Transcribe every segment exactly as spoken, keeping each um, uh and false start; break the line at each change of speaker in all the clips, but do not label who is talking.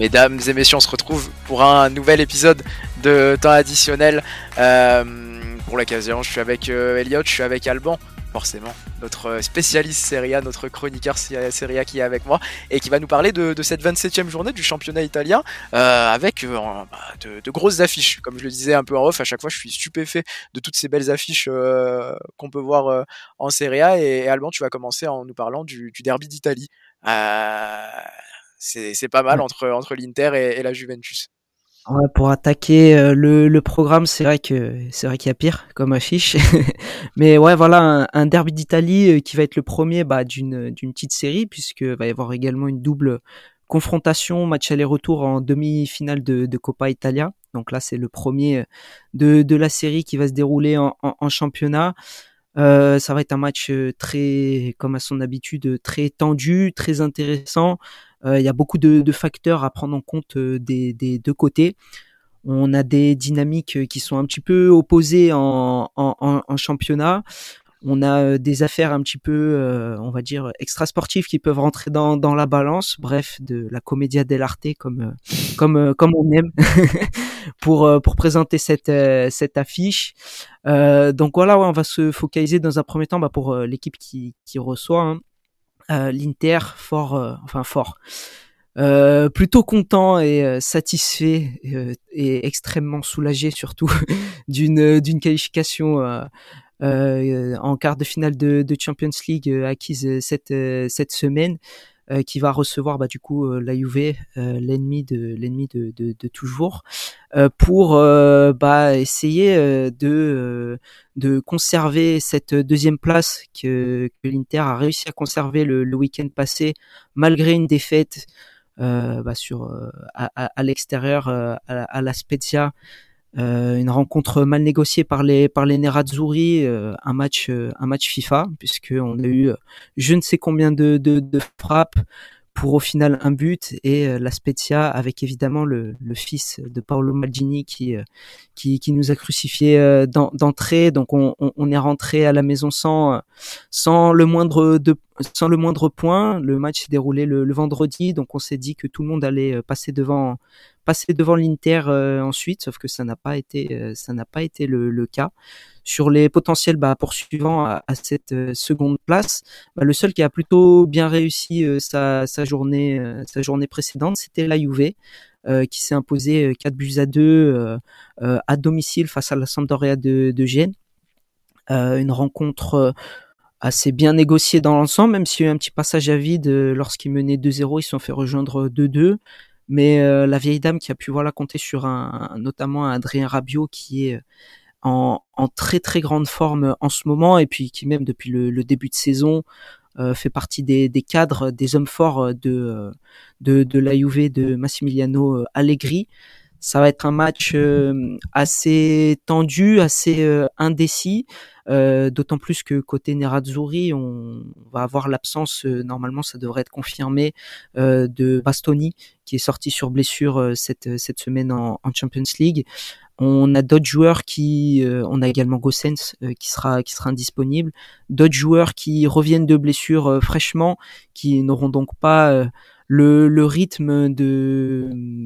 Mesdames et messieurs, on se retrouve pour un nouvel épisode de temps additionnel. Euh, pour l'occasion, je suis avec euh, Elliot, je suis avec Alban, forcément, notre spécialiste Serie A, notre chroniqueur Serie A qui est avec moi et qui va nous parler de, de cette vingt-septième journée du championnat italien euh, avec euh, bah, de, de grosses affiches. Comme je le disais un peu en off, à chaque fois je suis stupéfait de toutes ces belles affiches euh, qu'on peut voir euh, en Serie A. Et, et Alban, tu vas commencer en nous parlant du, du derby d'Italie. Euh, c'est, c'est pas mal
Ouais.
entre, entre l'Inter et, et la Juventus.
Ouais, pour attaquer euh, le, le programme, c'est vrai que c'est vrai qu'il y a pire comme affiche, mais ouais, voilà un, un derby d'Italie euh, qui va être le premier bah, d'une d'une petite série puisque va y avoir également une double confrontation, match aller-retour en demi-finale de, de Coppa Italia. Donc là, c'est le premier de de la série qui va se dérouler en, en, en championnat. Euh, ça va être un match euh, très, comme à son habitude, très tendu, très intéressant. Euh, Il y a beaucoup de, de facteurs à prendre en compte euh, des, des deux côtés. On a des dynamiques euh, qui sont un petit peu opposées en, en, en, en championnat. On a euh, des affaires un petit peu, euh, on va dire, extra-sportives qui peuvent rentrer dans, dans la balance. Bref, de la commedia dell'arte comme, euh, comme, euh, comme on aime pour, euh, pour présenter cette, euh, cette affiche. Euh, donc voilà, ouais, on va se focaliser dans un premier temps bah, pour euh, l'équipe qui, qui reçoit hein. euh, l'Inter, fort, euh, enfin fort. Euh, plutôt content et euh, satisfait euh, et extrêmement soulagé surtout d'une d'une qualification euh, euh, en quart de finale de, de Champions League euh, acquise euh, cette euh, cette semaine, euh, qui va recevoir bah, du coup euh, la Juve, euh, l'ennemi de l'ennemi de, de, de toujours, euh, pour euh, bah, essayer euh, de euh, de conserver cette deuxième place que, que l'Inter a réussi à conserver le, le week-end passé malgré une défaite euh, bah, sur euh, à, à, à l'extérieur euh, à, à la Spezia. Euh, une rencontre mal négociée par les par les Nerazzurri, euh, un match euh, un match FIFA puisque on a eu euh, je ne sais combien de, de, de frappes pour au final un but et euh, la Spezia avec évidemment le, le fils de Paolo Maldini qui euh, qui, qui nous a crucifié euh, d'entrée. Donc on, on, on est rentré à la maison sans sans le moindre de sans le moindre point. Le match s'est déroulé le, le vendredi, donc on s'est dit que tout le monde allait euh, passer devant passer devant l'Inter euh, ensuite, sauf que ça n'a pas été euh, ça n'a pas été le, le cas. Sur les potentiels bah, poursuivants à, à cette euh, seconde place, bah, le seul qui a plutôt bien réussi euh, sa, sa journée euh, sa journée précédente, c'était la Juve, euh, qui s'est imposé euh, quatre buts à deux euh, euh, à domicile face à la Sampdoria de, de Gênes. Euh, une rencontre euh, assez bien négociée dans l'ensemble, même s'il y a eu un petit passage à vide euh, lorsqu'ils menaient deux zéro, ils se sont fait rejoindre deux deux. Mais euh, la vieille dame qui a pu voilà compter sur un, notamment un Adrien Rabiot qui est en, en très très grande forme en ce moment et puis qui même depuis le, le début de saison euh, fait partie des, des cadres, des hommes forts de de, de la Juve de Massimiliano Allegri. Ça va être un match euh, assez tendu, assez euh, indécis, euh, d'autant plus que côté Nerazzurri, on va avoir l'absence, euh, normalement ça devrait être confirmé, euh, de Bastoni, qui est sorti sur blessure euh, cette, cette semaine en, en Champions League. On a d'autres joueurs qui, euh, on a également Gossens euh, qui sera qui sera indisponible, d'autres joueurs qui reviennent de blessures euh, fraîchement, qui n'auront donc pas euh, le, le rythme de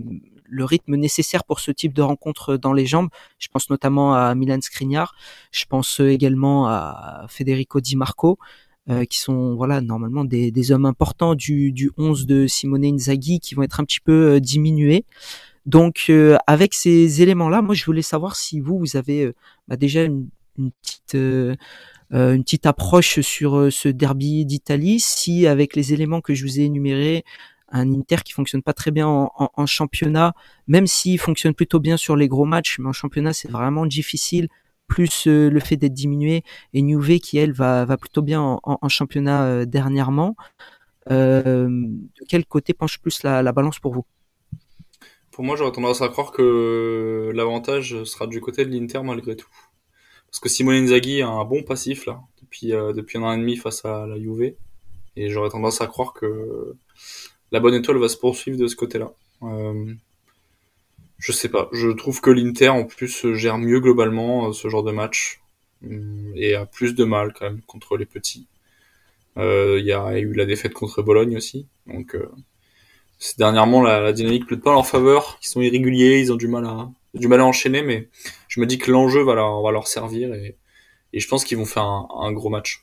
le rythme nécessaire pour ce type de rencontre dans les jambes. Je pense notamment à Milan Skriniar, je pense également à Federico Di Marco, euh, qui sont voilà normalement des, des hommes importants du, du onze de Simone Inzaghi, qui vont être un petit peu euh, diminués. Donc euh, avec ces éléments-là, moi je voulais savoir si vous vous avez euh, bah, déjà une, une petite euh, euh, une petite approche sur euh, ce derby d'Italie, si avec les éléments que je vous ai énumérés, un Inter qui fonctionne pas très bien en, en, en championnat, même s'il fonctionne plutôt bien sur les gros matchs, mais en championnat c'est vraiment difficile, plus euh, le fait d'être diminué, et Juve qui elle va, va plutôt bien en, en, en championnat euh, dernièrement. Euh, de quel côté penche plus la, la balance pour vous?
Pour moi, j'aurais tendance à croire que l'avantage sera du côté de l'Inter malgré tout. Parce que Simone Inzaghi a un bon passif là, depuis, euh, depuis un an et demi face à la Juve. Et j'aurais tendance à croire que la bonne étoile va se poursuivre de ce côté-là. Euh, je sais pas. Je trouve que l'Inter en plus gère mieux globalement ce genre de match. Et a plus de mal quand même contre les petits. Il euh, y a eu la défaite contre Bologne aussi. Donc... Euh, c'est dernièrement la, la dynamique plaît pas en leur faveur, ils sont irréguliers, ils ont du mal à du mal à enchaîner, mais je me dis que l'enjeu va leur, va leur servir et, et je pense qu'ils vont faire un, un gros match.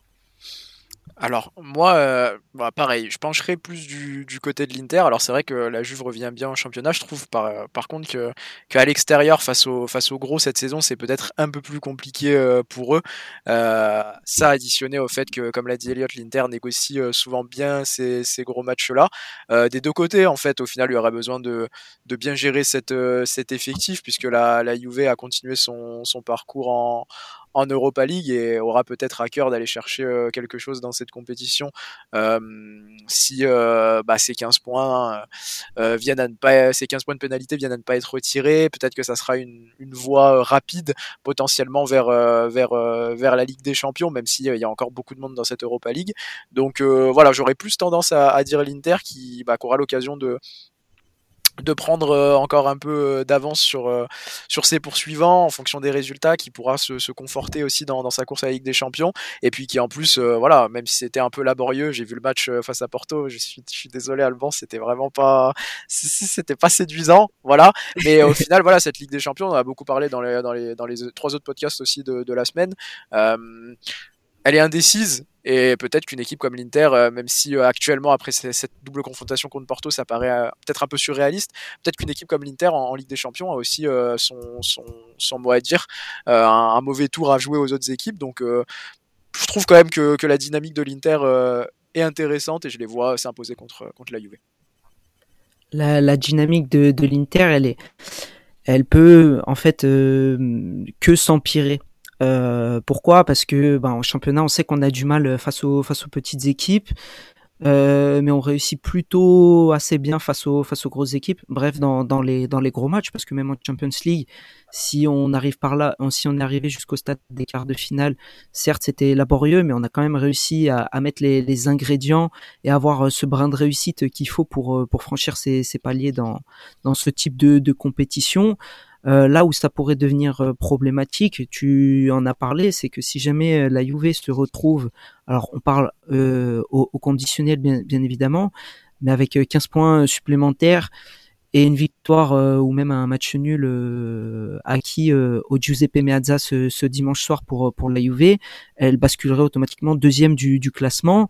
Alors moi, euh, bah, pareil, je pencherai plus du, du côté de l'Inter. Alors c'est vrai que la Juve revient bien en championnat, je trouve par, par contre que qu'à l'extérieur face au face au gros cette saison, c'est peut-être un peu plus compliqué euh, pour eux. Euh, ça additionné au fait que, comme l'a dit Elliott, l'Inter négocie euh, souvent bien ces, ces gros matchs-là. Euh, des deux côtés, en fait, au final, il y aura besoin de de bien gérer cette euh, cet effectif puisque la la Juve a continué son son parcours en en Europa League et aura peut-être à cœur d'aller chercher euh, quelque chose dans cette compétition euh, si euh, bah, ces quinze points euh, viennent à ne pas ces quinze points de pénalité viennent à ne pas être retirés, peut-être que ça sera une, une voie rapide potentiellement vers euh, vers euh, vers la Ligue des Champions, même s'il euh, y a encore beaucoup de monde dans cette Europa League. Donc euh, voilà, j'aurais plus tendance à, à dire l'Inter qui bah, aura l'occasion de de prendre euh, encore un peu euh, d'avance sur euh, sur ses poursuivants en fonction des résultats, qui pourra se, se conforter aussi dans, dans sa course à la Ligue des Champions, et puis qui en plus euh, voilà, même si c'était un peu laborieux, j'ai vu le match euh, face à Porto, je suis je suis désolé Alban, c'était vraiment pas c'était pas séduisant, voilà, mais au final voilà, cette Ligue des Champions, on en a beaucoup parlé dans les dans les dans les trois autres podcasts aussi de de la semaine. Euh, elle est indécise et peut-être qu'une équipe comme l'Inter, euh, même si euh, actuellement après c- cette double confrontation contre Porto, ça paraît euh, peut-être un peu surréaliste, peut-être qu'une équipe comme l'Inter en, en Ligue des Champions a aussi euh, son, son, son mot à dire, euh, un, un mauvais tour à jouer aux autres équipes. Donc euh, je trouve quand même que, que la dynamique de l'Inter euh, est intéressante et je les vois s'imposer contre, contre la Juve.
La, la dynamique de, de l'Inter, elle est, elle peut en fait euh, que s'empirer. Euh, pourquoi ? Parce que ben, en championnat, on sait qu'on a du mal face aux face aux petites équipes, euh, mais on réussit plutôt assez bien face aux face aux grosses équipes. Bref, dans dans les dans les gros matchs, parce que même en Champions League, si on arrive par là, si on est arrivé jusqu'au stade des quarts de finale, certes c'était laborieux, mais on a quand même réussi à, à mettre les, les ingrédients et avoir ce brin de réussite qu'il faut pour pour franchir ces, ces paliers dans dans ce type de, de compétition. Euh, là où ça pourrait devenir euh, problématique, tu en as parlé, c'est que si jamais euh, la Juve se retrouve, alors on parle euh, au, au conditionnel bien, bien évidemment, mais avec euh, quinze points supplémentaires et une victoire euh, ou même un match nul euh, acquis euh, au Giuseppe Meazza ce, ce dimanche soir pour pour la Juve, elle basculerait automatiquement deuxième du, du classement.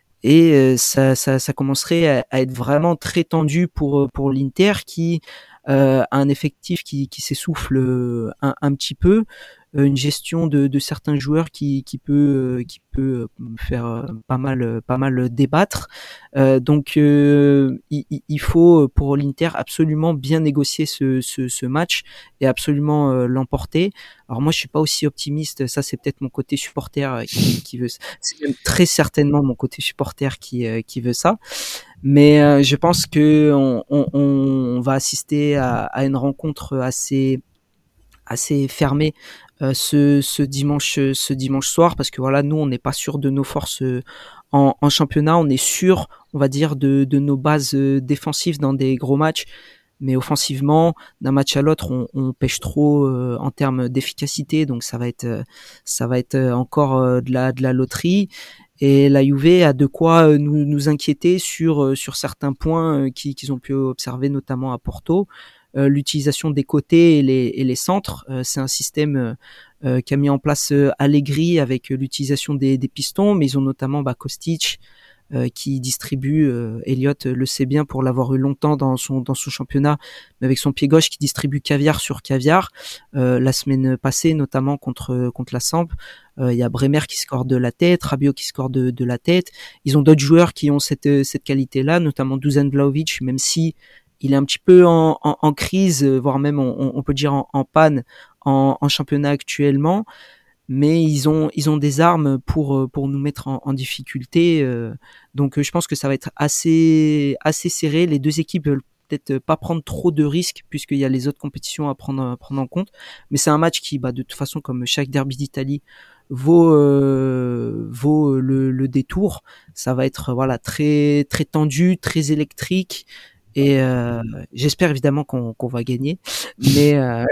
Et euh, ça, ça, ça commencerait à, à être vraiment très tendu pour pour l'Inter qui euh, a un effectif qui, qui s'essouffle euh, un, un petit peu, euh, une gestion de, de certains joueurs qui, qui peut euh, qui peut faire euh, pas mal pas mal débattre. Euh, donc euh, il, il faut pour l'Inter absolument bien négocier ce, ce, ce match et absolument euh, l'emporter. Alors moi je suis pas aussi optimiste, ça c'est peut-être mon côté supporter qui, qui veut, c'est même très certainement mon côté supporter qui euh, qui veut ça. Mais euh, je pense que on, on, on va assister à, à une rencontre assez assez fermée euh, ce, ce dimanche ce dimanche soir, parce que voilà, nous on n'est pas sûr de nos forces en, en championnat, on est sûr, on va dire, de, de nos bases défensives dans des gros matchs, mais offensivement d'un match à l'autre on, on pêche trop euh, en termes d'efficacité, donc ça va être ça va être encore euh, de la de la loterie. Et la Juve a de quoi nous, nous inquiéter sur sur certains points qui, qu'ils ont pu observer, notamment à Porto. Euh, l'utilisation des côtés et les, et les centres, euh, c'est un système euh, qu'a mis en place euh, Allegri avec l'utilisation des, des pistons, mais ils ont notamment bah, Kostic euh, qui distribue, euh, Elliott le sait bien pour l'avoir eu longtemps dans son dans son championnat, mais avec son pied gauche qui distribue caviar sur caviar. Euh, la semaine passée, notamment contre contre la Samp, il euh, y a Bremer qui score de la tête, Rabiot qui score de, de la tête. Ils ont d'autres joueurs qui ont cette cette qualité-là, notamment Dusan Vlahovic, même si il est un petit peu en, en, en crise, voire même on, on peut dire en, en panne en, en championnat actuellement. Mais ils ont ils ont des armes pour pour nous mettre en, en difficulté. Donc je pense que ça va être assez assez serré. Les deux équipes veulent peut-être pas prendre trop de risques puisqu'il y a les autres compétitions à prendre à prendre en compte. Mais c'est un match qui, bah, de toute façon, comme chaque derby d'Italie, vaut euh, vaut le, le détour. Ça va être voilà très très tendu, très électrique. Et euh, j'espère évidemment qu'on, qu'on va gagner, mais euh,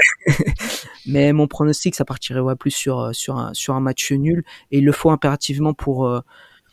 mais mon pronostic ça partirait ouais, plus sur sur un sur un match nul, et il le faut impérativement pour euh,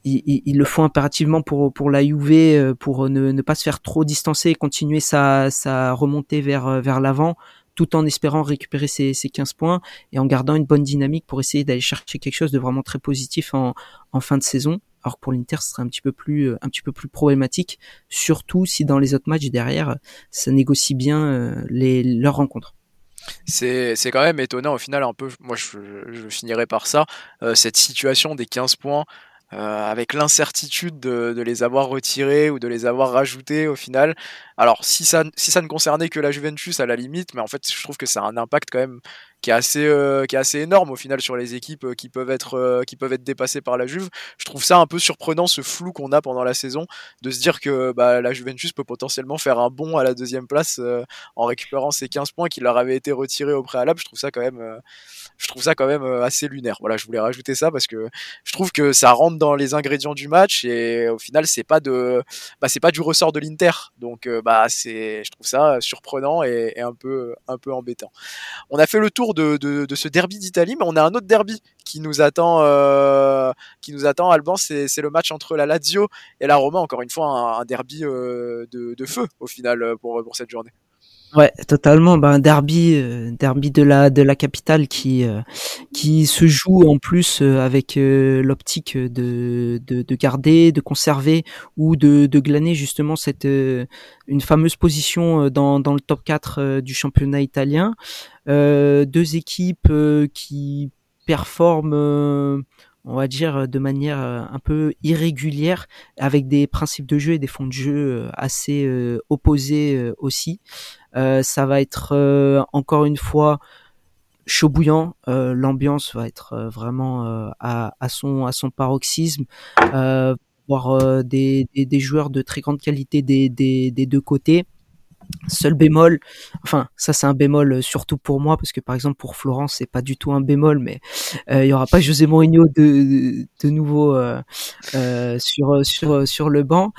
il, il, il le faut impérativement pour pour la Juve, pour ne, ne pas se faire trop distancer et continuer sa sa remontée vers vers l'avant, tout en espérant récupérer ses, ses quinze points et en gardant une bonne dynamique pour essayer d'aller chercher quelque chose de vraiment très positif en en fin de saison. Alors que pour l'Inter, ce serait un petit peu plus un petit peu plus problématique, surtout si dans les autres matchs derrière, ça négocie bien les leurs rencontres.
C'est, c'est quand même étonnant au final un peu, moi je, je finirai par ça, euh, cette situation des quinze points, euh, avec l'incertitude de, de les avoir retirés ou de les avoir rajoutés au final. Alors si ça, si ça ne concernait que la Juventus à la limite, mais en fait je trouve que ça a un impact quand même qui est assez, euh, qui est assez énorme au final sur les équipes euh, qui peuvent être, euh, qui peuvent être dépassées par la Juve. Je trouve ça un peu surprenant, ce flou qu'on a pendant la saison, de se dire que bah, la Juventus peut potentiellement faire un bond à la deuxième place euh, en récupérant ces quinze points qui leur avaient été retirés au préalable. Je trouve ça quand même, euh, je trouve ça quand même euh, assez lunaire. Voilà, je voulais rajouter ça parce que je trouve que ça rentre dans les ingrédients du match et au final c'est pas de, bah c'est pas du ressort de l'Inter. Donc euh, bah c'est, je trouve ça surprenant et, et un peu, un peu embêtant. On a fait le tour de, de, de ce derby d'Italie, mais on a un autre derby qui nous attend, euh, qui nous attend. Alban, c'est, c'est le match entre la Lazio et la Roma. Encore une fois, un, un derby euh, de, de feu au final pour, pour cette journée.
Ouais, totalement. Ben, un derby, euh, derby de la de la capitale qui euh, qui se joue en plus euh, avec euh, l'optique de, de de garder, de conserver ou de de glaner justement cette euh, une fameuse position dans dans le top quatre euh, du championnat italien. Euh, deux équipes euh, qui performent, euh, on va dire, de manière euh, un peu irrégulière, avec des principes de jeu et des fonds de jeu assez euh, opposés euh, aussi. Euh, ça va être euh, encore une fois chaud bouillant. Euh, l'ambiance va être euh, vraiment euh, à, à son à son paroxysme. Euh, voir euh, des, des, des joueurs de très grande qualité des, des, des deux côtés. Seul bémol, enfin ça c'est un bémol surtout pour moi parce que par exemple pour Florence c'est pas du tout un bémol, mais euh, il y aura pas José Mourinho de de nouveau euh, euh, sur sur sur le banc.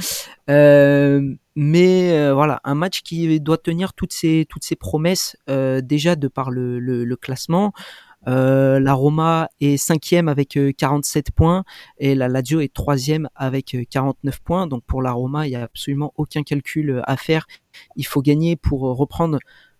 Euh, mais euh, voilà, un match qui doit tenir toutes ses toutes ses promesses euh, déjà de par le le, le classement. Euh, la Roma est cinquième avec euh, quarante-sept points et la Lazio est troisième avec euh, quarante-neuf points. Donc pour la Roma, il y a absolument aucun calcul à faire. Il faut gagner pour reprendre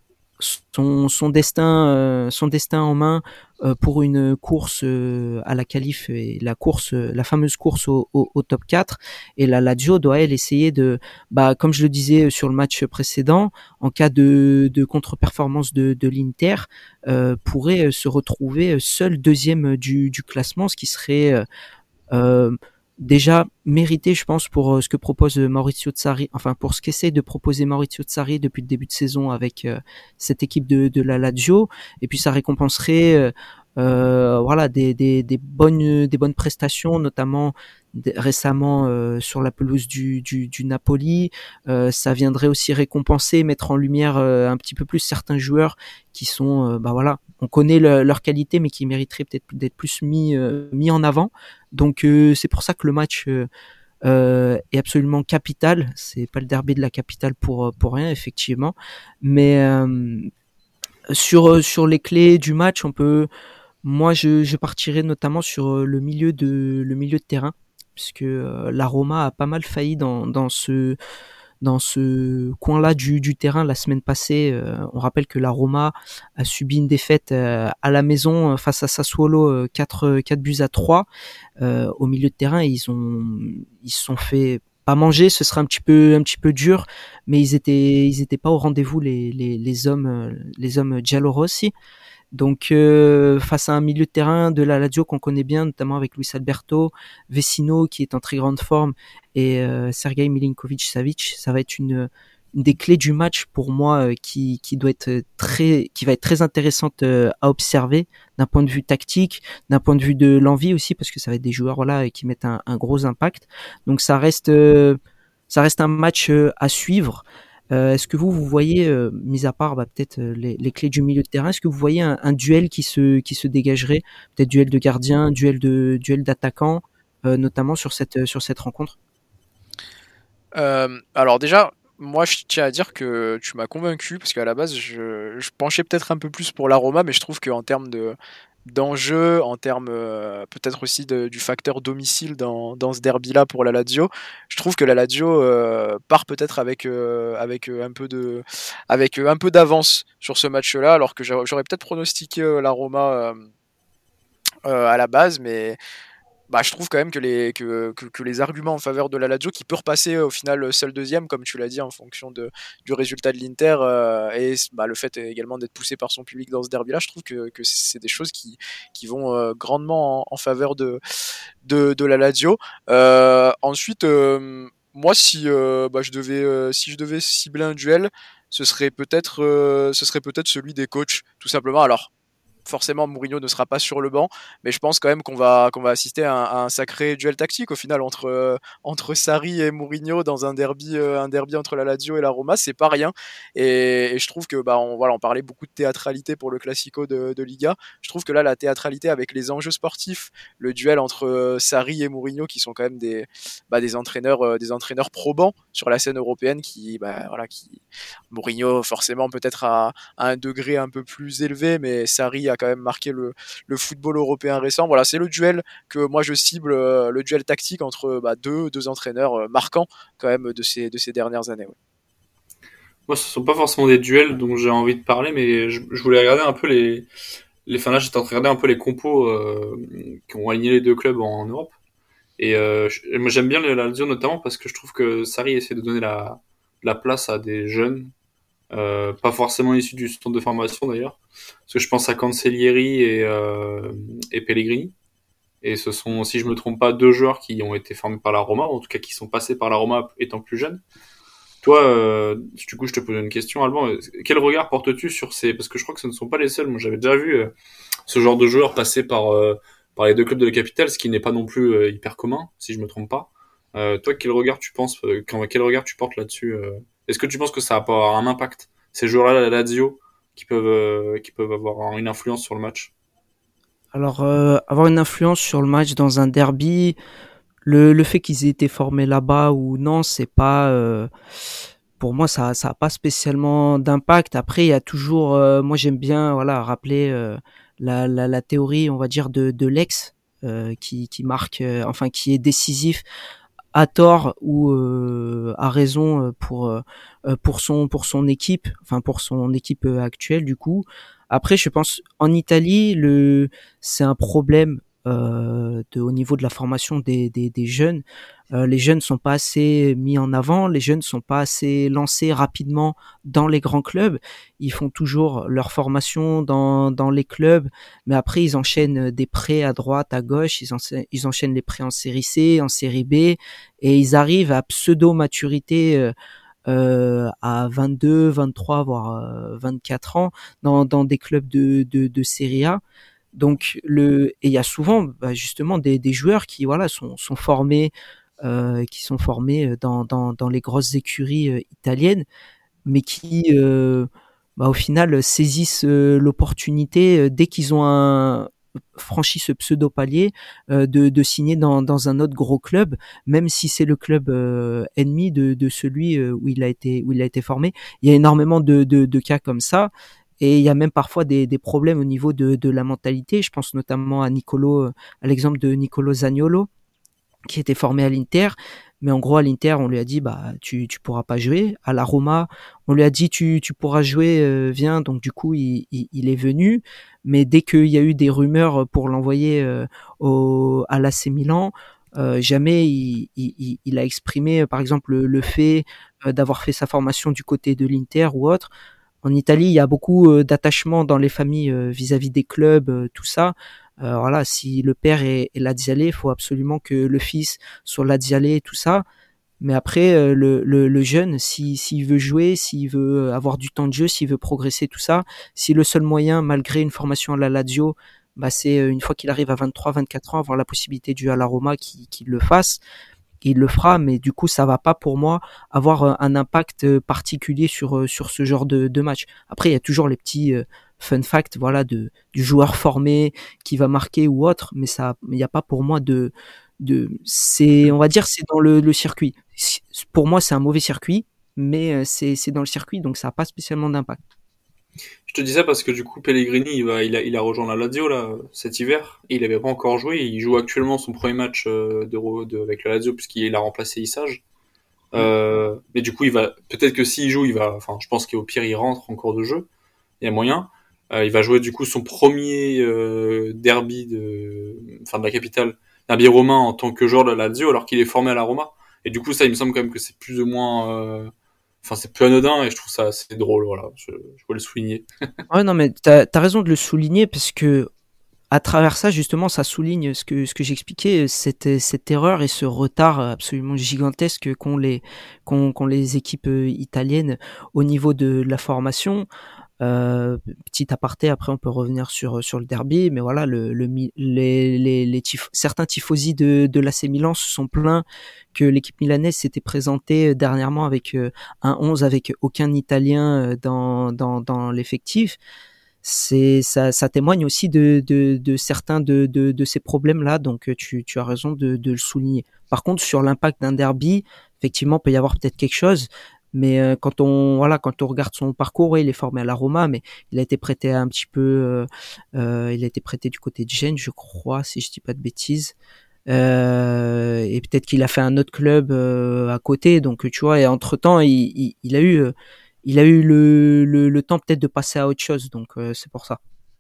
son, son destin, euh, son destin en main euh, pour une course euh, à la qualif et la course, la fameuse course au, au, au top quatre. Et la Lazio doit elle essayer de, bah comme je le disais sur le match précédent, en cas de, de contre-performance de, de l'Inter, euh, pourrait se retrouver seul deuxième du, du classement, ce qui serait euh, euh, déjà mérité, je pense, pour euh, ce que propose Maurizio Sarri, enfin pour ce qu'essaie de proposer Maurizio Sarri depuis le début de saison avec euh, cette équipe de, de la Lazio, et puis ça récompenserait euh, euh, voilà des, des, des bonnes des bonnes prestations, notamment d- récemment euh, sur la pelouse du, du, du Napoli. Euh, ça viendrait aussi récompenser, mettre en lumière euh, un petit peu plus certains joueurs qui sont, euh, bah voilà, on connaît le, leur qualité, mais qui mériteraient peut-être d'être plus mis euh, mis en avant. Donc euh, c'est pour ça que le match euh, euh, est absolument capital. C'est pas le derby de la capitale pour pour rien effectivement, mais euh, sur sur les clés du match, on peut, moi je je partirais notamment sur le milieu de le milieu de terrain, puisque euh, la Roma a pas mal failli dans dans ce dans ce coin-là du, du terrain la semaine passée. Euh, on rappelle que la Roma a subi une défaite euh, à la maison face à Sassuolo, euh, quatre buts à trois euh, au milieu de terrain. Et ils ont ils se sont fait pas manger, ce serait un petit peu un petit peu dur, mais ils étaient ils étaient pas au rendez-vous les les, les hommes les hommes Giallorossi. Donc euh, face à un milieu de terrain de la Lazio qu'on connaît bien, notamment avec Luis Alberto, Vecino qui est en très grande forme et euh, Sergei Milinkovic-Savic, ça va être une, une des clés du match pour moi euh, qui qui doit être très qui va être très intéressante euh, à observer d'un point de vue tactique, d'un point de vue de l'envie aussi, parce que ça va être des joueurs voilà qui mettent un, un gros impact. Donc ça reste euh, ça reste un match euh, à suivre. Euh, est-ce que vous, vous voyez, euh, mis à part bah, peut-être euh, les, les clés du milieu de terrain, est-ce que vous voyez un, un duel qui se qui se dégagerait, peut-être duel de gardien, duel de duel d'attaquant, euh, notamment sur cette sur cette rencontre?
Euh, alors déjà, moi je tiens à dire que tu m'as convaincu parce qu'à la base je, je penchais peut-être un peu plus pour la Roma, mais je trouve qu'en termes de d'enjeu, en termes euh, peut-être aussi de, du facteur domicile dans, dans ce derby-là pour la Lazio. Je trouve que la Lazio euh, part peut-être avec, euh, avec, euh, un peu de, avec euh, un peu d'avance sur ce match-là, alors que j'aurais, j'aurais peut-être pronostiqué euh, la Roma euh, euh, à la base, mais bah, je trouve quand même que les, que, que, que les arguments en faveur de la Lazio, qui peut repasser au final seul deuxième, comme tu l'as dit, en fonction de, du résultat de l'Inter, euh, et bah, le fait également d'être poussé par son public dans ce derby-là, je trouve que, que c'est des choses qui, qui vont euh, grandement en, en faveur de, de, de la Lazio. Euh, ensuite, euh, moi, si, euh, bah, je devais, euh, si je devais cibler un duel, ce serait peut-être euh, ce serait peut-être celui des coachs, tout simplement. Alors, forcément Mourinho ne sera pas sur le banc, mais je pense quand même qu'on va qu'on va assister à un, à un sacré duel tactique au final entre euh, entre Sarri et Mourinho dans un derby euh, un derby entre la Lazio et la Roma, c'est pas rien. Et, et je trouve que bah on voilà on parlait beaucoup de théâtralité pour le Classico de, de Liga. Je trouve que là la théâtralité avec les enjeux sportifs, le duel entre euh, Sarri et Mourinho qui sont quand même des bah, des entraîneurs euh, des entraîneurs probants sur la scène européenne qui bah voilà qui Mourinho forcément peut-être à, à un degré un peu plus élevé, mais Sarri a quand même marqué le, le football européen récent. Voilà, c'est le duel que moi je cible, euh, le duel tactique entre bah, deux, deux entraîneurs euh, marquants quand même de ces, de ces dernières années. Ouais.
Moi, ce sont pas forcément des duels dont j'ai envie de parler, mais je, je voulais regarder un peu les, les, enfin là, j'étais en train de regarder un peu les compos euh, qui ont aligné les deux clubs en, en Europe. Et euh, je- moi, j'aime bien la Lazio notamment parce que je trouve que Sarri essaie de donner la, la place à des jeunes, euh, pas forcément issus du centre de formation d'ailleurs, parce que je pense à Cancellieri et, euh, et Pellegrini. Et ce sont, si je me trompe pas, deux joueurs qui ont été formés par la Roma, ou en tout cas qui sont passés par la Roma étant plus jeunes. Toi, euh, du coup, je te pose une question, Alban. Euh, Quel regard portes-tu sur ces... Parce que je crois que ce ne sont pas les seuls. Moi, j'avais déjà vu euh, ce genre de joueurs passer par, euh, par les deux clubs de la capitale, ce qui n'est pas non plus euh, hyper commun, si je me trompe pas. Euh, toi, quel regard tu penses, euh, quand, quel regard tu portes là-dessus euh Est-ce que tu penses que ça va pas avoir un impact, ces joueurs-là, la Lazio, qui peuvent, euh, qui peuvent avoir une influence sur le match?
Alors, euh, avoir une influence sur le match dans un derby, le, le fait qu'ils aient été formés là-bas ou non, c'est pas, euh, pour moi, ça, ça a pas spécialement d'impact. Après, il y a toujours, euh, moi j'aime bien, voilà, rappeler euh, la, la, la théorie, on va dire, de, de l'ex, euh, qui, qui marque, euh, enfin, qui est décisif à tort ou euh, à raison euh, pour euh, pour son pour son équipe, enfin pour son équipe euh, actuelle du coup. Après, je pense en Italie, le c'est un problème euh, de au niveau de la formation des des, des jeunes. Euh, les jeunes sont pas assez mis en avant, les jeunes sont pas assez lancés rapidement dans les grands clubs. Ils font toujours leur formation dans dans les clubs, mais après ils enchaînent des prêts à droite, à gauche, ils, enchaînent, ils enchaînent les prêts en série C, en série B, et ils arrivent à pseudo-maturité euh, euh, à vingt-deux, vingt-trois, voire euh, vingt-quatre ans dans, dans des clubs de, de, de série A. Donc le et il y a souvent bah, justement des, des joueurs qui voilà sont, sont formés euh, qui sont formés dans, dans, dans les grosses écuries euh, italiennes, mais qui euh, bah, au final saisissent euh, l'opportunité euh, dès qu'ils ont un franchi ce pseudo palier euh, de, de signer dans, dans un autre gros club, même si c'est le club euh, ennemi de, de celui euh, où il a été où il a été formé. Il y a énormément de, de, de cas comme ça. Et il y a même parfois des, des problèmes au niveau de, de la mentalité. Je pense notamment à Nicolo, à l'exemple de Nicolo Zaniolo, qui était formé à l'Inter, mais en gros à l'Inter on lui a dit bah tu tu pourras pas jouer. À la Roma on lui a dit tu tu pourras jouer, euh, viens. Donc du coup il, il il est venu, mais dès qu'il y a eu des rumeurs pour l'envoyer euh, au à l'A C Milan, euh, jamais il, il il a exprimé par exemple le, le fait euh, d'avoir fait sa formation du côté de l'Inter ou autre. En Italie, il y a beaucoup euh, d'attachement dans les familles euh, vis-à-vis des clubs, euh, tout ça. Euh, voilà, si le père est, est lazialé, il faut absolument que le fils soit lazialé, tout ça. Mais après, euh, le, le, le jeune, si, s'il veut jouer, s'il veut avoir du temps de jeu, s'il veut progresser, tout ça, si le seul moyen, malgré une formation à la Lazio, bah c'est euh, une fois qu'il arrive à vingt-trois, vingt-quatre ans, avoir la possibilité de jouer à la Roma, qu'il, qu'il le fasse, il le fera. Mais du coup, ça va pas pour moi avoir euh, un impact euh, particulier sur euh, sur ce genre de, de match. Après, il y a toujours les petits euh, fun facts, voilà, de du joueur formé qui va marquer ou autre, mais ça, il n'y a pas pour moi de de c'est on va dire c'est dans le, le circuit. Pour moi, c'est un mauvais circuit, mais euh, c'est c'est dans le circuit, donc ça n'a pas spécialement d'impact.
Je te dis ça parce que du coup Pellegrini il va il a il a rejoint la Lazio là cet hiver et il avait pas encore joué, il joue actuellement son premier match euh, d'Euro de, avec la Lazio puisqu'il a remplacé Issage. Euh, mais du coup il va peut-être que s'il joue il va enfin je pense qu'au pire il rentre en cours de jeu, il y a moyen. Euh, il va jouer du coup son premier euh, derby de enfin de la capitale, derby romain en tant que joueur de la Lazio alors qu'il est formé à la Roma et du coup ça il me semble quand même que c'est plus ou moins euh, enfin c'est plus anodin et je trouve ça assez drôle voilà, je, je voulais le souligner.
Ouais, non, mais t'as, t'as raison de le souligner parce que à travers ça, justement, ça souligne ce que ce que j'expliquais, cette cette erreur et ce retard absolument gigantesque qu'ont les qu'ont, qu'ont les équipes italiennes au niveau de la formation. Euh, petit aparté, après on peut revenir sur sur le derby, mais voilà, le, le les les, les tif- certains tifosi de de l'A C Milan se sont plaints que l'équipe milanaise s'était présentée dernièrement avec euh, un onze avec aucun Italien euh, dans dans dans l'effectif. C'est ça, ça témoigne aussi de de, de certains de, de de ces problèmes-là, donc tu tu as raison de de le souligner. Par contre, sur l'impact d'un derby, effectivement, peut y avoir peut-être quelque chose. Mais euh, quand on voilà, quand on regarde son parcours, ouais, il est formé à la Roma, mais il a été prêté un petit peu, euh, euh, il a été prêté du côté de Gênes, je crois, si je dis pas de bêtises. Euh, et peut-être qu'il a fait un autre club euh, à côté, donc tu vois. Et entre temps, il, il, il a eu, euh, il a eu le, le, le temps peut-être de passer à autre chose, donc euh, c'est pour ça.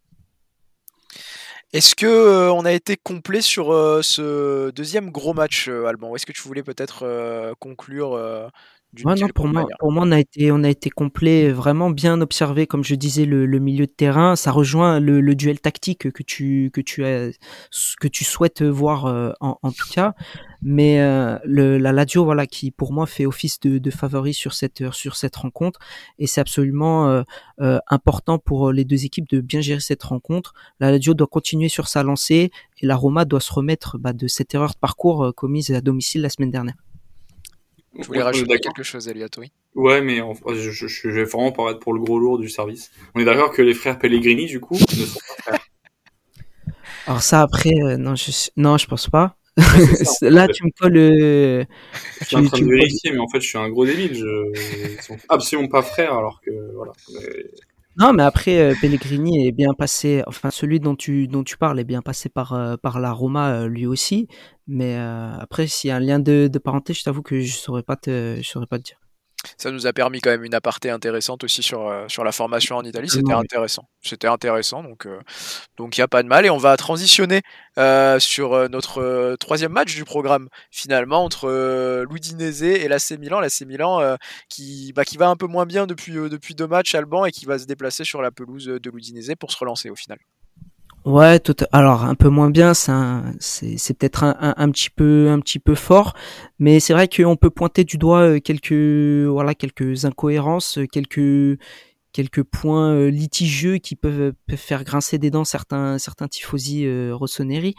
Est-ce que euh, on a été complet sur euh, ce deuxième gros match, euh, Alban? Ou est-ce que tu voulais peut-être euh, conclure euh, d'une
Ouais, non, pour
quelconque
moi,
manière?
pour moi, on a été, on a été complet, vraiment bien observé, comme je disais, le, le milieu de terrain. Ça rejoint le, le duel tactique que tu, que tu as, que tu souhaites voir euh, en, en tout cas. Mais euh, le, la Lazio, voilà, qui pour moi fait office de, de favori sur cette, sur cette rencontre, et c'est absolument euh, euh, important pour les deux équipes de bien gérer cette rencontre. La Lazio doit continuer sur sa lancée, et la Roma doit se remettre bah, de cette erreur de parcours euh, commise à domicile la semaine dernière.
Tu voulais
Ouais, on est
rajouter
d'accord.
quelque chose, Elliot, oui?
Ouais, mais en- je, je, je vais vraiment paraître pour le gros lourd du service. On est d'accord que les frères Pellegrini, du coup, ne sont pas frères.
Alors ça après, euh, non, je, non, je pense pas.
Moi, c'est ça, en
Là,
fait.
tu me colles, euh,
Je suis en
tu,
train
tu
de
me colles.
vérifier, mais en fait, je suis un gros débile. Je... Ils sont absolument pas frères, alors que, voilà. Mais-
Non, mais après, euh, Pellegrini est bien passé. Enfin, celui dont tu dont tu parles est bien passé par euh, par la Roma euh, lui aussi. Mais euh, après, s'il y a un lien de, de parenté, je t'avoue que je saurais pas te, je saurais pas te dire.
Ça nous a permis quand même une aparté intéressante aussi sur, euh, sur la formation en Italie. C'était
Totalement, oui.
intéressant. C'était intéressant, donc euh, donc il n'y a pas de mal. Et on va transitionner euh, sur euh, notre euh, troisième match du programme, finalement, entre euh, l'Udinese et l'A C Milan. L'A C Milan euh, qui, bah, qui va un peu moins bien depuis, euh, depuis deux matchs, Alban, et qui va se déplacer sur la pelouse de l'Udinese pour se relancer au final.
Ouais, tota- alors un peu moins bien, c'est un- c'est c'est peut-être un, un, un petit peu un petit peu fort, mais c'est vrai qu'on peut pointer du doigt euh, quelques voilà quelques incohérences, euh, quelques quelques points euh, litigieux qui peuvent, peuvent faire grincer des dents certains certains tifosi euh, rossoneri.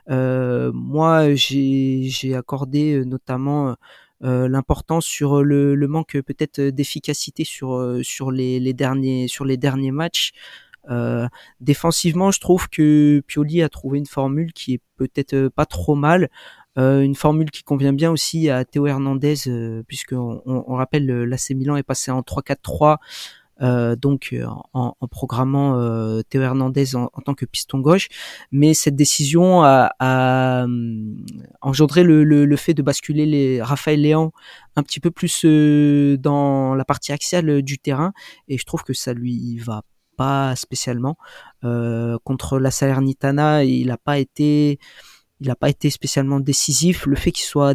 Euh, moi, j'ai j'ai accordé euh, notamment euh, l'importance sur le, le manque euh, peut-être d'efficacité sur euh, sur les, les derniers sur les derniers matchs. Euh, défensivement, je trouve que Pioli a trouvé une formule qui est peut-être euh, pas trop mal. Euh, une formule qui convient bien aussi à Théo Hernandez, euh, puisque on, on rappelle l'A C Milan est passé en trois quatre trois, euh, donc en, en programmant euh, Théo Hernandez en, en tant que piston gauche, mais cette décision a, a hum, engendré le, le, le fait de basculer les Raphaël Léao un petit peu plus euh, dans la partie axiale du terrain, et je trouve que ça lui va pas spécialement. Euh, contre la Salernitana, il n'a pas été, il a pas été spécialement décisif. Le fait qu'il soit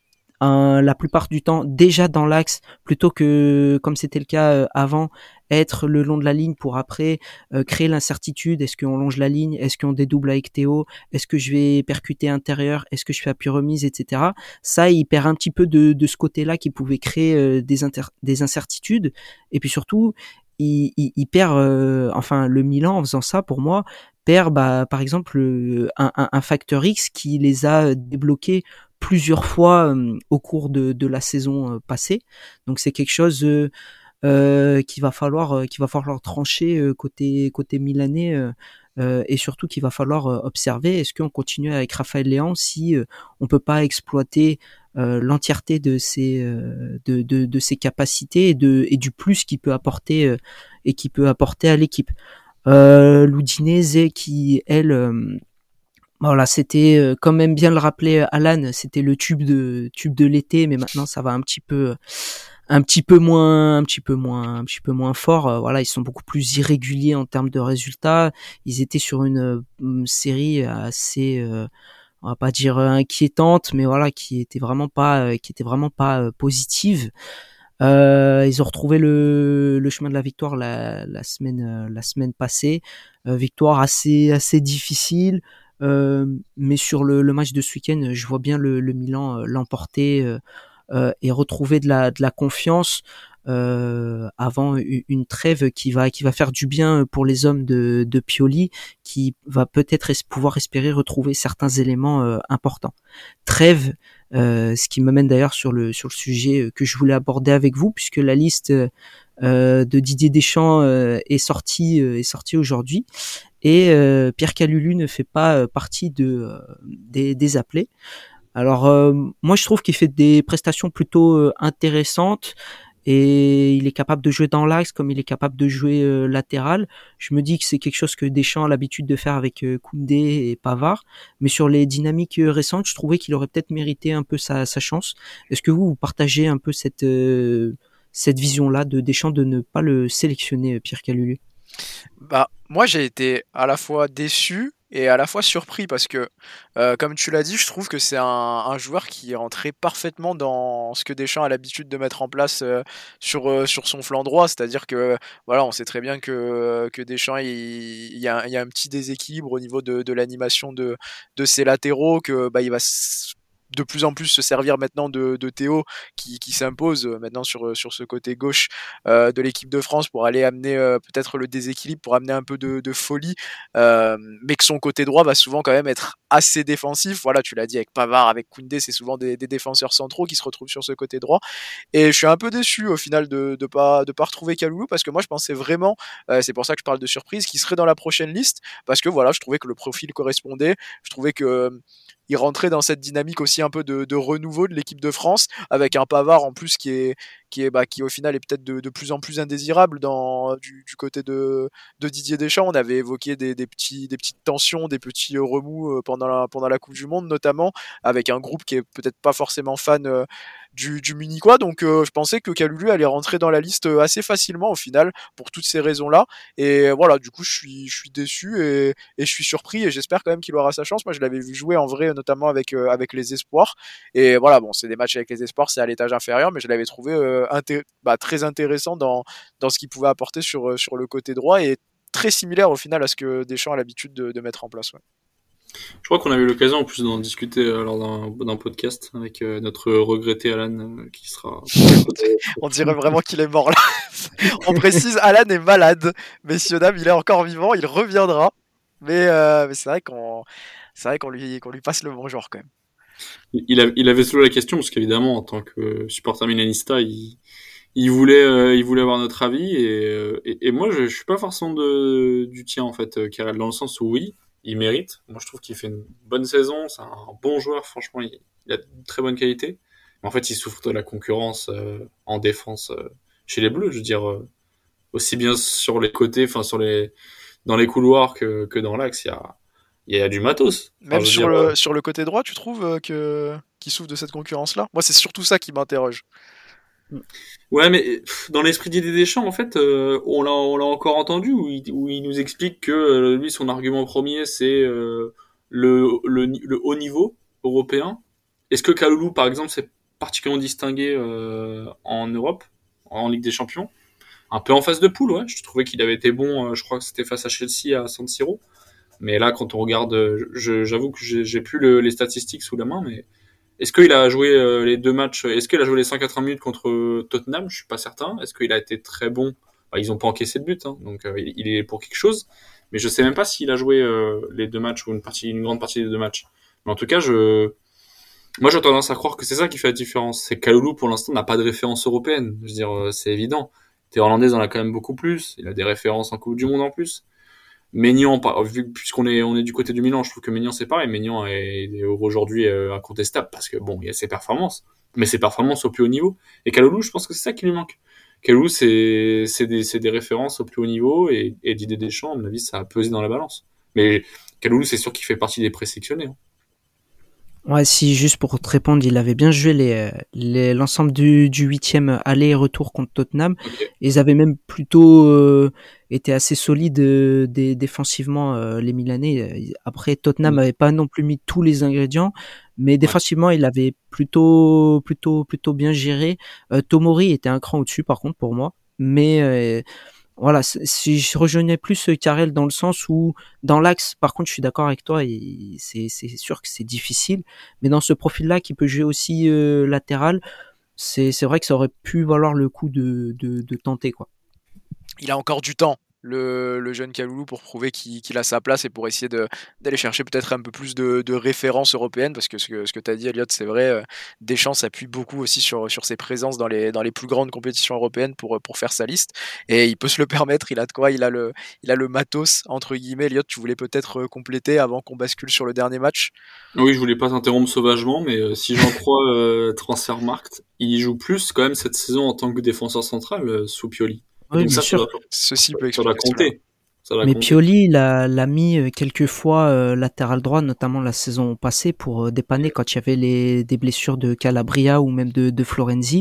un, la plupart du temps déjà dans l'axe plutôt que comme c'était le cas euh, avant être le long de la ligne pour après euh, créer l'incertitude, est-ce qu'on longe la ligne, est-ce qu'on dédouble avec Théo, est-ce que je vais percuter intérieur, est-ce que je fais appui remise, etc. Ça, il perd un petit peu de, de ce côté-là qui pouvait créer euh, des, inter- des incertitudes, et puis surtout il, il, il perd euh, enfin le Milan en faisant ça pour moi perd bah, par exemple un, un, un facteur X qui les a débloqués plusieurs fois euh, au cours de, de la saison euh, passée. Donc c'est quelque chose euh, euh, qu'il va falloir euh, qu'il va falloir trancher euh, côté côté milanais euh, euh, et surtout qu'il va falloir euh, observer. Est-ce qu'on continue avec Raphaël Léao si euh, on peut pas exploiter euh, l'entièreté de ses euh, de, de de ses capacités et de et du plus qu'il peut apporter euh, et qui peut apporter à l'équipe. Euh, l'Udinese qui elle euh, voilà, c'était euh, quand même bien le rappeler Alan, c'était le tube de tube de l'été, mais maintenant ça va un petit peu un petit peu moins un petit peu moins un petit peu moins fort. Euh, voilà, ils sont beaucoup plus irréguliers en termes de résultats. Ils étaient sur une, une série assez euh, on va pas dire inquiétante, mais voilà, qui était vraiment pas euh, qui était vraiment pas euh, positive. Euh, ils ont retrouvé le, le chemin de la victoire la, la semaine euh, la semaine passée. Euh, victoire assez assez difficile. Euh, mais sur le, le match de ce week-end, je vois bien le, le Milan euh, l'emporter euh, euh, et retrouver de la, de la confiance euh, avant une trêve qui va, qui va faire du bien pour les hommes de, de Pioli, qui va peut-être es- pouvoir espérer retrouver certains éléments euh, importants. Trêve, euh, ce qui m'amène d'ailleurs sur le, sur le sujet que je voulais aborder avec vous, puisque la liste euh, de Didier Deschamps euh, est sortie, euh, est sortie aujourd'hui. Et euh, Pierre Kalulu ne fait pas euh, partie de euh, des, des appelés. Alors euh, moi je trouve qu'il fait des prestations plutôt euh, intéressantes et il est capable de jouer dans l'axe comme il est capable de jouer euh, latéral. Je me dis que c'est quelque chose que Deschamps a l'habitude de faire avec euh, Koundé et Pavard, mais sur les dynamiques euh, récentes, je trouvais qu'il aurait peut-être mérité un peu sa, sa chance. Est-ce que vous, vous partagez un peu cette euh, cette vision-là de Deschamps de ne pas le sélectionner, Pierre Kalulu?
Bah, moi j'ai été à la fois déçu et à la fois surpris parce que, euh, comme tu l'as dit, je trouve que c'est un, un joueur qui est rentré parfaitement dans ce que Deschamps a l'habitude de mettre en place euh, sur, euh, sur son flanc droit. C'est-à-dire que, voilà, on sait très bien que, que Deschamps, il, il y a, il y a un petit déséquilibre au niveau de, de l'animation de, de ses latéraux, que bah, il va s- de plus en plus se servir maintenant de, de Théo qui, qui s'impose euh, maintenant sur, sur ce côté gauche euh, de l'équipe de France pour aller amener euh, peut-être le déséquilibre, pour amener un peu de, de folie, euh, mais que son côté droit va souvent quand même être assez défensif. Voilà, tu l'as dit avec Pavard, avec Koundé, c'est souvent des, des défenseurs centraux qui se retrouvent sur ce côté droit. Et je suis un peu déçu au final de de pas de pas retrouver Kaloulou parce que moi je pensais vraiment, euh, c'est pour ça que je parle de surprise, qu'il serait dans la prochaine liste parce que voilà, je trouvais que le profil correspondait, je trouvais que euh, il rentrait dans cette dynamique aussi un peu de, de renouveau de l'équipe de France avec un Pavard en plus qui est qui est bah, qui au final est peut-être de, de plus en plus indésirable dans du, du côté de, de Didier Deschamps. On avait évoqué des, des petits des petites tensions, des petits remous euh, pendant la pendant la Coupe du Monde notamment avec un groupe qui est peut-être pas forcément fan euh, du, du Munichois. Donc euh, je pensais que Kalulu allait rentrer dans la liste assez facilement au final pour toutes ces raisons-là. Et voilà, du coup je suis je suis déçu et, et je suis surpris et j'espère quand même qu'il aura sa chance. Moi je l'avais vu jouer en vrai notamment avec euh, avec les espoirs. Et voilà, bon, c'est des matchs avec les espoirs, c'est à l'étage inférieur, mais je l'avais trouvé euh, inté- bah, très intéressant dans, dans ce qu'il pouvait apporter sur, euh, sur le côté droit et très similaire au final à ce que Deschamps a l'habitude de, de mettre en place. Ouais.
Je crois qu'on a eu l'occasion en plus d'en discuter euh, lors d'un, d'un podcast avec euh, notre regretté Alan euh, qui sera.
On dirait vraiment qu'il est mort là. On précise, Alan est malade. Messieurs, dames, il est encore vivant, il reviendra. Mais, euh, mais c'est vrai qu'on c'est vrai qu'on lui, qu'on lui passe le bonjour quand même.
Il, a, il avait soulevé la question parce qu'évidemment, en tant que supporter milanista, il, il voulait, euh, il voulait avoir notre avis et, euh, et, et moi, je, je suis pas forcément de, du tien en fait, euh, Karel, dans le sens où oui, il mérite. Moi, je trouve qu'il fait une bonne saison, c'est un bon joueur, franchement, il, il a de très bonne qualité. Mais en fait, il souffre de la concurrence euh, en défense euh, chez les Bleus, je veux dire, euh, aussi bien sur les côtés, enfin sur les, dans les couloirs que, que dans l'axe, il y a, il y a du matos. Enfin,
Même
je veux
sur
dire, euh,
le, sur le côté droit, tu trouves euh, que qu'il souffre de cette concurrence-là? Moi, c'est surtout ça qui m'interroge.
ouais, mais pff, dans l'esprit d'Didier Deschamps, en fait, euh, on l'a, on l'a encore entendu où il, où il nous explique que euh, lui, son argument premier, c'est euh, le, le, le haut niveau européen. Est-ce que Kalulu, par exemple, s'est particulièrement distingué euh, en Europe, en Ligue des Champions? Un peu en phase de poule, ouais. Je trouvais qu'il avait été bon. euh, je crois que c'était face à Chelsea à San Siro. Mais là, quand on regarde, euh, je, j'avoue que j'ai, j'ai plus le, les statistiques sous la main, mais est-ce qu'il a joué euh, les deux matchs? Est-ce qu'il a joué les cent quatre-vingts minutes contre Tottenham? Je suis pas certain. Est-ce qu'il a été très bon? Bah, ils ont pas encaissé de but, hein, donc euh, il, il est pour quelque chose. Mais je sais même pas s'il a joué euh, les deux matchs ou une partie, une grande partie des deux matchs. Mais en tout cas, je, moi, j'ai tendance à croire que c'est ça qui fait la différence. C'est que Kalulu, pour l'instant, n'a pas de référence européenne. Je veux dire, euh, c'est évident. Théo Hernandez en a quand même beaucoup plus. Il a des références en Coupe du Monde en plus. Maignan, par- vu puisqu'on est on est du côté du Milan, je trouve que Maignan c'est pareil. Maignan est, est aujourd'hui euh, incontestable parce que bon, il y a ses performances, mais ses performances au plus haut niveau. Et Kalulu, je pense que c'est ça qui lui manque. Kalulu, c'est c'est des c'est des références au plus haut niveau et, et Didier Deschamps, à mon avis, ça a pesé dans la balance. Mais Kalulu, c'est sûr qu'il fait partie des présélectionnés. Hein.
Ouais, si juste pour te répondre, il avait bien joué les, les l'ensemble du du huitième aller et retour contre Tottenham.
Okay.
Et ils avaient même plutôt euh, été assez solides euh, dé- défensivement euh, les Milanais. Après, Tottenham
Mm.
n'avait pas non plus mis tous les ingrédients, mais
Ouais.
défensivement, il avait plutôt plutôt plutôt bien géré. Euh, Tomori était un cran au-dessus par contre pour moi, mais euh, voilà, si je rejoignais plus Carrel dans le sens où dans l'axe, par contre, je suis d'accord avec toi, et c'est c'est sûr que c'est difficile, mais dans ce profil-là qui peut jouer aussi euh, latéral, c'est c'est vrai que ça aurait pu valoir le coup de de, de tenter quoi.
Il a encore du temps, le, le jeune Kalulu, pour prouver qu'il, qu'il a sa place et pour essayer de, d'aller chercher peut-être un peu plus de, de références européennes, parce que ce que, ce que tu as dit, Elliot, c'est vrai, euh, Deschamps s'appuie beaucoup aussi sur, sur ses présences dans les, dans les plus grandes compétitions européennes pour, pour faire sa liste, et il peut se le permettre, il a de quoi, il a le, il a le matos, entre guillemets. Elliot, tu voulais peut-être compléter avant qu'on bascule sur le dernier match?
Oui, je voulais pas t'interrompre sauvagement, mais euh, si j'en crois euh, Transfermarkt, il joue plus quand même cette saison en tant que défenseur central euh, sous Pioli. Et
Oui,
donc
bien
ça, ça doit,
sûr.
Ceci peut
ça doit
expliquer cela.
compter. Ça doit
Mais
compter.
Pioli l'a, l'a mis euh, quelques fois euh, latéral droit, notamment la saison passée, pour euh, dépanner quand il y avait les, des blessures de Calabria ou même de, de Florenzi.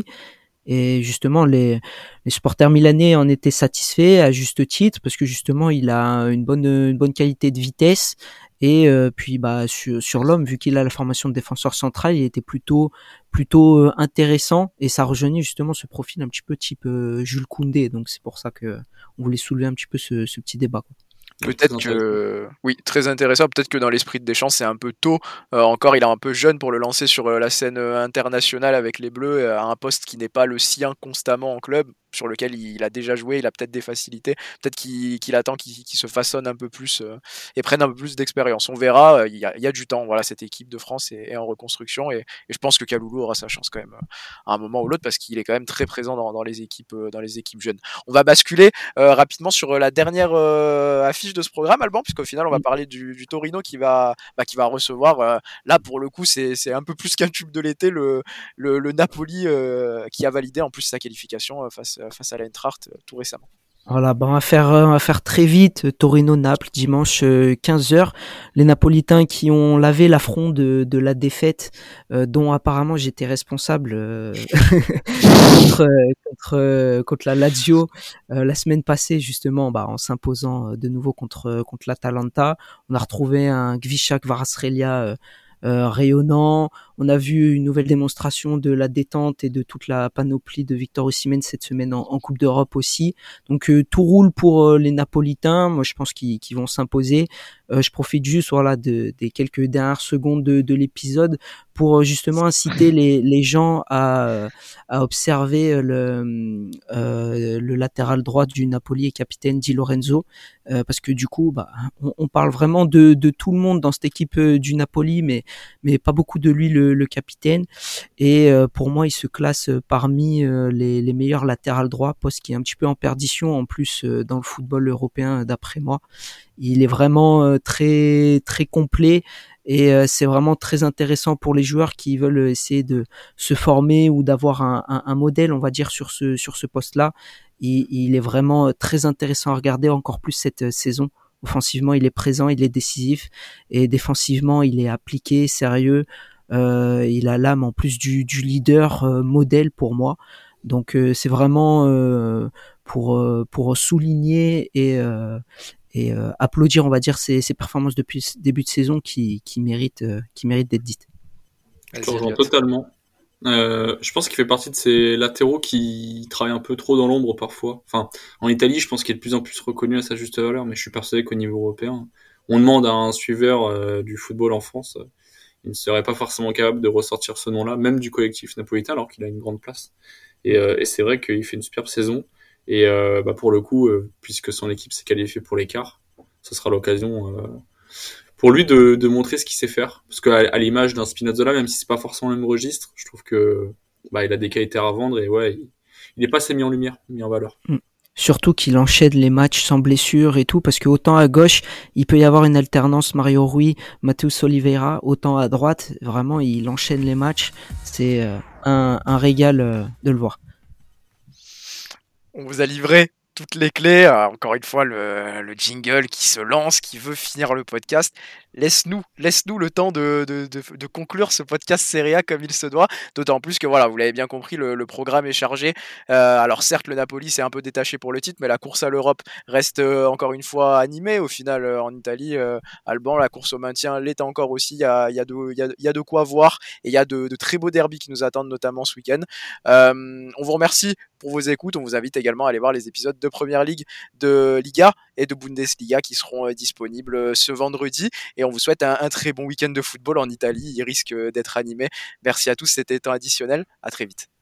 Et justement, les, les supporters milanais en étaient satisfaits à juste titre parce que justement, il a une bonne, une bonne qualité de vitesse. Et euh, puis, bah, sur, sur l'homme, vu qu'il a la formation de défenseur central, il était plutôt, plutôt euh, intéressant. Et ça rejoignait justement ce profil un petit peu type euh, Jules Koundé. Donc, c'est pour ça que on voulait soulever un petit peu ce, ce petit débat, quoi.
Peut-être que, oui, très intéressant. Peut-être que dans l'esprit de Deschamps, c'est un peu tôt. Euh, encore, il est un peu jeune pour le lancer sur euh, la scène euh, internationale avec les Bleus, euh, à un poste qui n'est pas le sien constamment en club, sur lequel il, il a déjà joué. Il a peut-être des facilités. Peut-être qu'il, qu'il attend qu'il, qu'il se façonne un peu plus euh, et prenne un peu plus d'expérience. On verra. Euh, il, y a, il y a du temps. Voilà, cette équipe de France est, est en reconstruction, et, et je pense que Kalulu aura sa chance quand même euh, à un moment ou l'autre, parce qu'il est quand même très présent dans, dans les équipes, euh, dans les équipes jeunes. On va basculer euh, rapidement sur euh, la dernière euh, affiche de ce programme, Alban, puisqu'au final on va parler du, du Torino qui va, bah, qui va recevoir, euh, là pour le coup c'est, c'est un peu plus qu'un tube de l'été, le, le, le Napoli euh, qui a validé en plus sa qualification euh, face, face à l'Eintracht euh, tout récemment.
Voilà, bah on va faire on va faire très vite. Torino-Naples dimanche euh, quinze heures. Les Napolitains qui ont lavé l'affront de de la défaite euh, dont apparemment j'étais responsable euh, contre euh, contre euh, contre la Lazio euh, la semaine passée, justement, bah en s'imposant euh, de nouveau contre contre l'Atalanta. On a retrouvé un Gvishak Kvaratskhelia euh, euh, rayonnant. On a vu une nouvelle démonstration de la détente et de toute la panoplie de Victor Osimhen cette semaine en, en Coupe d'Europe aussi. Donc euh, tout roule pour euh, les Napolitains. Moi, je pense qu'ils, qu'ils vont s'imposer. Euh, je profite juste, voilà, de, des quelques dernières secondes de, de l'épisode pour euh, justement inciter les, les gens à, à observer le, euh, le latéral droit du Napoli et capitaine Di Lorenzo, euh, parce que du coup, bah, on, on parle vraiment de, de tout le monde dans cette équipe euh, du Napoli, mais mais pas beaucoup de lui, le, le capitaine. Et euh, pour moi, il se classe parmi euh, les, les meilleurs latérales droits, poste qui est un petit peu en perdition en plus euh, dans le football européen, d'après moi. Il est vraiment euh, très très complet, et euh, c'est vraiment très intéressant pour les joueurs qui veulent essayer de se former ou d'avoir un, un, un modèle, on va dire, sur ce sur ce poste-là. Il, il est vraiment très intéressant à regarder, encore plus cette saison. Offensivement, il est présent, il est décisif, et défensivement, il est appliqué, sérieux. Euh, il a l'âme en plus du, du leader euh, modèle pour moi. Donc euh, c'est vraiment euh, pour euh, pour souligner et euh, et euh, applaudir, on va dire, ses, ses performances depuis ce début de saison qui qui méritent euh, qui méritent d'être dites.
Je te rejoins totalement. Euh, je pense qu'il fait partie de ces latéraux qui travaillent un peu trop dans l'ombre parfois. Enfin, en Italie, je pense qu'il est de plus en plus reconnu à sa juste valeur, mais je suis persuadé qu'au niveau européen, on demande à un suiveur euh, du football en France, euh, il ne serait pas forcément capable de ressortir ce nom-là, même du collectif napolitain, alors qu'il a une grande place. Et, euh, et c'est vrai qu'il fait une superbe saison. Et euh, bah pour le coup, euh, puisque son équipe s'est qualifiée pour l'écart, ce sera l'occasion euh, pour lui de, de montrer ce qu'il sait faire. Parce qu'à à l'image d'un Spinazzola, même si c'est pas forcément le même registre, je trouve que bah, il a des qualités à vendre, et ouais, il, il est pas assez mis en lumière, mis en valeur.
Surtout qu'il enchaîne les matchs sans blessure et tout, parce que autant à gauche, il peut y avoir une alternance Mario Rui, Matheus Oliveira, autant à droite, vraiment, il enchaîne les matchs. C'est euh, un, un régal euh, de le voir.
On vous a livré toutes les clés. Euh, encore une fois, le, le jingle qui se lance, qui veut finir le podcast. Laisse-nous, laisse-nous le temps de, de, de, de conclure ce podcast Serie A comme il se doit. D'autant plus que, voilà, vous l'avez bien compris, le, le programme est chargé. Euh, alors certes, le Napoli s'est un peu détaché pour le titre, mais la course à l'Europe reste euh, encore une fois animée. Au final, euh, en Italie, euh, Alban, la course au maintien l'est encore aussi. Il y a, il y a, de, il y a, il y a de quoi voir. Et il y a de, de très beaux derbys qui nous attendent, notamment ce week-end. Euh, on vous remercie pour vos écoutes. On vous invite également à aller voir les épisodes de Première Ligue, de Liga et de Bundesliga qui seront euh, disponibles euh, ce vendredi. Et on vous souhaite un, un très bon week-end de football en Italie. Il risque d'être animé. Merci à tous, c'était Temps Additionnel. À très vite.